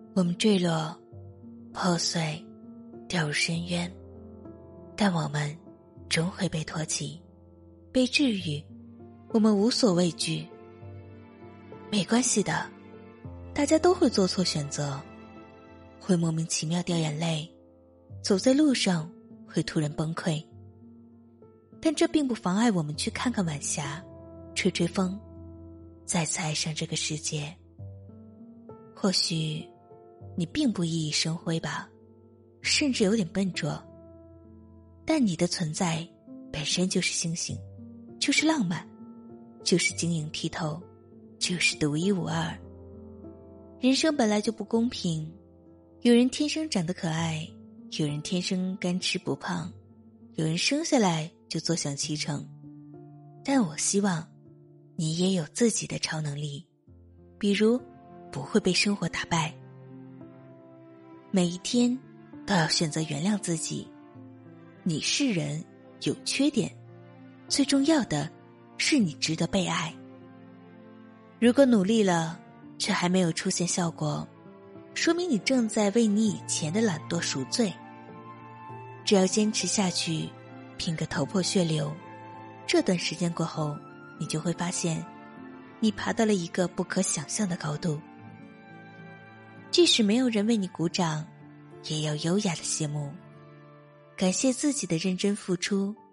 我们坠落、破碎、掉入深渊，但我们终会被托起，被治愈。我们无所畏惧。没关系的，大家都会做错选择，会莫名其妙掉眼泪，走在路上会突然崩溃。但这并不妨碍我们去看看晚霞，吹吹风，再次爱上这个世界。或许你并不熠熠生辉吧，甚至有点笨拙，但你的存在本身就是星星，就是浪漫，就是晶莹剔透，就是独一无二。人生本来就不公平，有人天生长得可爱，有人天生干吃不胖，有人生下来就坐享其成。但我希望你也有自己的超能力，比如不会被生活打败。每一天都要选择原谅自己。你是人，有缺点，最重要的是你值得被爱。如果努力了却还没有出现效果，说明你正在为你以前的懒惰赎罪。只要坚持下去，拼个头破血流，这段时间过后，你就会发现你爬到了一个不可想象的高度。即使没有人为你鼓掌，也要优雅的谢幕。感谢自己的认真付出，